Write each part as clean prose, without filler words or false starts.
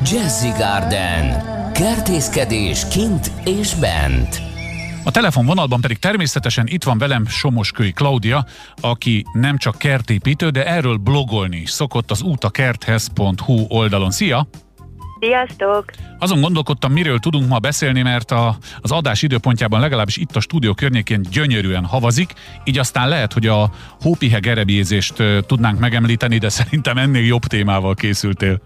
Jazzy Garden. Kertészkedés kint és bent. A telefonvonalban pedig természetesen itt van velem Somoskői Klaudia, aki nem csak kertépítő, de erről blogolni is szokott az utakerthez.hu oldalon. Szia! Sziasztok! Azon gondolkodtam, miről tudunk ma beszélni, mert az adás időpontjában legalábbis itt a stúdió környékén gyönyörűen havazik, így aztán lehet, hogy a hópihe gerebjézést tudnánk megemlíteni, de szerintem ennél jobb témával készültél.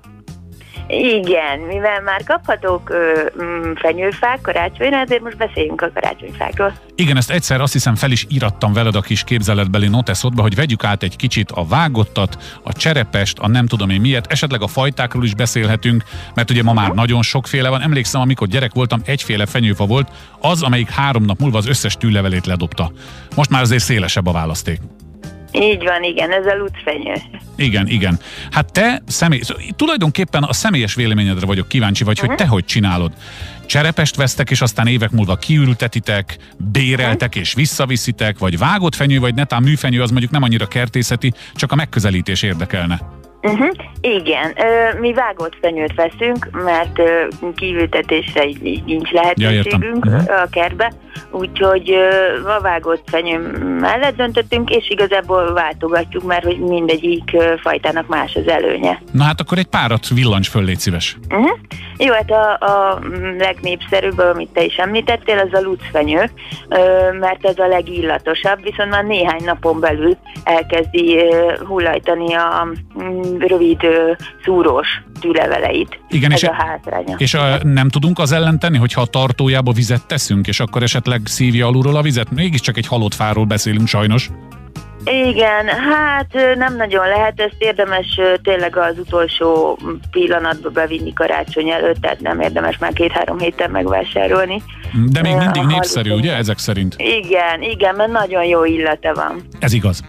Igen, mivel már kaphatók fenyőfák karácsonyra, ezért most beszéljünk a karácsonyfákról. Igen, ezt egyszer azt hiszem fel is írattam veled a kis képzeletbeli noteszodba, hogy vegyük át egy kicsit a vágottat, a cserepest, a nem tudom én miért, esetleg a fajtákról is beszélhetünk, mert ugye ma már nagyon sokféle van. Emlékszem, amikor gyerek voltam, egyféle fenyőfa volt, az, amelyik 3 nap múlva az összes tűlevelét ledobta. Most már azért szélesebb a választék. Így van, igen, ez a lucfenyő. Igen. Hát te tulajdonképpen a személyes véleményedre vagyok kíváncsi, vagy hogy te hogy csinálod. Cserepest vesztek, és aztán évek múlva kiültetitek, béreltek és visszaviszitek, vagy vágott fenyő, vagy netán műfenyő, az mondjuk nem annyira kertészeti, csak a megközelítés érdekelne. Igen, mi vágott fenyőt veszünk, mert kiültetésre így nincs lehetőségünk a kertbe, úgyhogy a vágott fenyő mellett döntöttünk, és igazából váltogatjuk, mert hogy mindegyik fajtának más az előnye. Na hát akkor egy párat villancs föl, légy szíves. Jó, hát a legnépszerűbb, amit te is említettél, az a lucfenyő, mert ez a legillatosabb, viszont már néhány napon belül elkezdi hullajtani a rövid szúrós tűleveleit. Igen, ez a hátránya. És nem tudunk az ellen tenni, hogyha a tartójába vizet teszünk, és akkor esetleg szívja alulról a vizet? Mégiscsak egy halott fáról beszélünk sajnos. Igen, hát nem nagyon lehet, ezt érdemes tényleg az utolsó pillanatba bevinni karácsony előtt, tehát nem érdemes már 2-3 héten megvásárolni. De még mindig népszerű, ugye, ezek szerint? Igen, mert nagyon jó illata van. Ez igaz.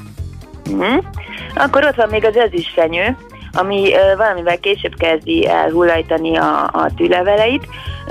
Akkor ott van még az ezüstfenyő, ami valamivel később kezdi elhullajtani a tűleveleit,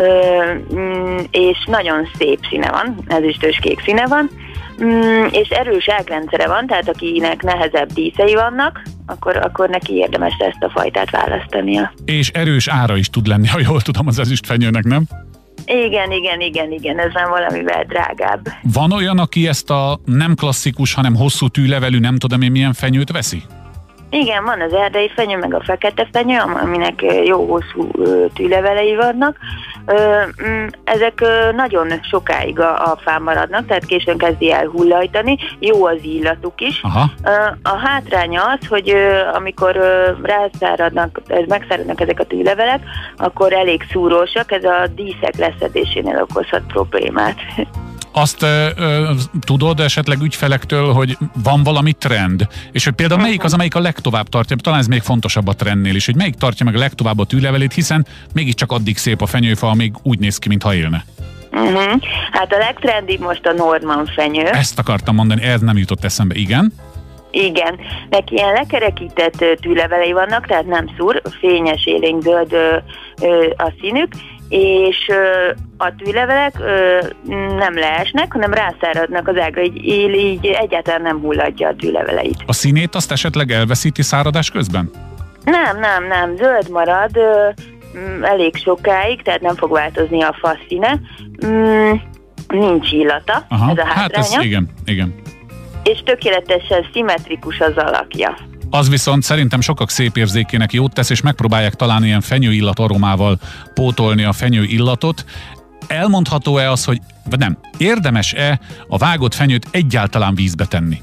és nagyon szép színe van, ezüstös kék színe van, és erős ágrendszere van, tehát akinek nehezebb díszei vannak, akkor neki érdemes ezt a fajtát választania. És erős ára is tud lenni, ha jól tudom, az ezüstfenyőnek, nem? Igen, ez már valamivel drágább. Van olyan, aki ezt a nem klasszikus, hanem hosszú tűlevelű, nem tudom én milyen fenyőt veszi? Igen, van az erdei fenyő, meg a fekete fenyő, aminek jó hosszú tűlevelei vannak. Ezek nagyon sokáig a fán maradnak, tehát későn kezdi elhullajtani, jó az illatuk is. A hátránya az, hogy amikor megszáradnak ezek a tűlevelek, akkor elég szúrósak, ez a díszek leszedésénél okozhat problémát. Azt tudod esetleg ügyfelektől, hogy van valami trend? És hogy például melyik az, amelyik a legtovább tartja, talán ez még fontosabb a trendnél is, hogy melyik tartja meg a legtovább a tűlevelét, hiszen mégiscsak addig szép a fenyőfa, amíg úgy néz ki, mintha élne. Hát a legtrendibb most a Norman fenyő. Ezt akartam mondani, ez nem jutott eszembe, igen. Igen, neki ilyen lekerekített tűlevelei vannak, tehát nem szúr, fényes élénkzöld a színük, és a tűlevelek nem leesnek, hanem rászáradnak az ágra, így egyáltalán nem hulladja a tűleveleit. A színét azt esetleg elveszíti száradás közben? Nem, zöld marad elég sokáig, ez nem fog változni a fa színe, nincs illata, ez a hátránya. Hát ez igen. És tökéletesen szimmetrikus az alakja. Az viszont szerintem sokak szép érzékének jót tesz, és megpróbálják talán ilyen fenyőillat aromával pótolni a fenyő illatot. Elmondható-e az, hogy nem, érdemes-e a vágott fenyőt egyáltalán vízbe tenni?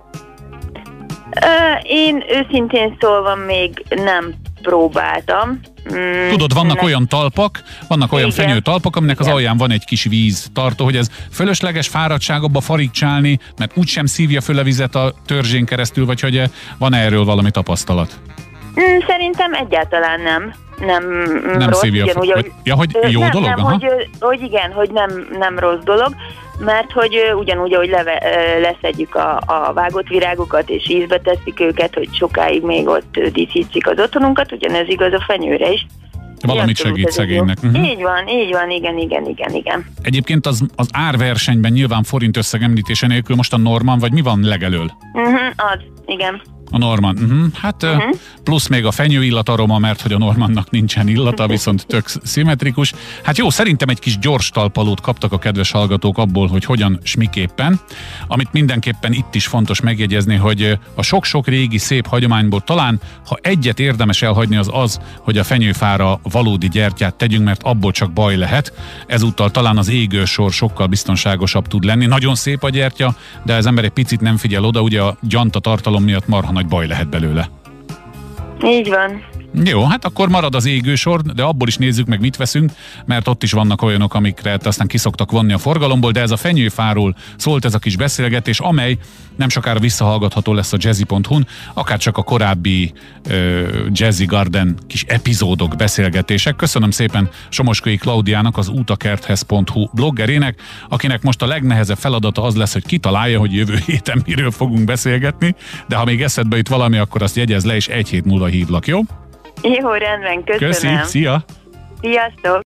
Én őszintén szólva még nem próbáltam. Tudod, vannak olyan talpak, vannak olyan fenyőtalpak, aminek az alján van egy kis víz tartó, hogy ez fölösleges fáradtság abba farigcsálni, mert úgysem szívja föl a vizet a törzsén keresztül, vagy hogy van erről valami tapasztalat? Szerintem egyáltalán nem. Nem rossz, szívja föl. Hogy jó dolog? Hogy nem rossz dolog, mert hogy ugyanúgy, ahogy leszedjük a vágott virágokat, és ízbe teszik őket, hogy sokáig még ott díszítsük az otthonunkat, ugyanez igaz a fenyőre is. Valamit segít szegénynek. Így van, igen. Egyébként az árversenyben nyilván forint összeg említése nélkül most a Norman, vagy mi van legelől? Igen. A Norman. Hát plusz még a fenyő illataroma, mert hogy a Normannak nincsen illata, viszont tök szimmetrikus. Hát jó, szerintem egy kis gyors talpalót kaptak a kedves hallgatók abból, hogy hogyan, s miképpen. Amit mindenképpen itt is fontos megjegyezni, hogy a sok-sok régi szép hagyományból talán, ha egyet érdemes elhagyni, az, hogy a fenyőfára valódi gyertyát tegyünk, mert abból csak baj lehet. Ezúttal talán az égősor sokkal biztonságosabb tud lenni. Nagyon szép a gyertya, de az ember egy picit nem figyel oda, ugye a gyanta tartalom miatt marha nagy baj lehet belőle. Így van. Jó, hát akkor marad az égősor, de abból is nézzük meg, mit veszünk, mert ott is vannak olyanok, amikre aztán kiszoktak vonni a forgalomból, de ez a fenyőfáról szólt ez a kis beszélgetés, amely nem sokára visszahallgatható lesz a jazzy.hu-n, akár csak a korábbi Jazzy Garden kis epizódok, beszélgetések. Köszönöm szépen Somoskói Klaudiának, az utakerthez.hu bloggerének, akinek most a legnehezebb feladata az lesz, hogy kitalálja, hogy jövő héten miről fogunk beszélgetni, de ha még eszedbe jut valami, akkor azt jegyezd le, és egy hét múlva hívlak, jó? Jó, rendben, köszönöm. Köszi, szia! Sziasztok!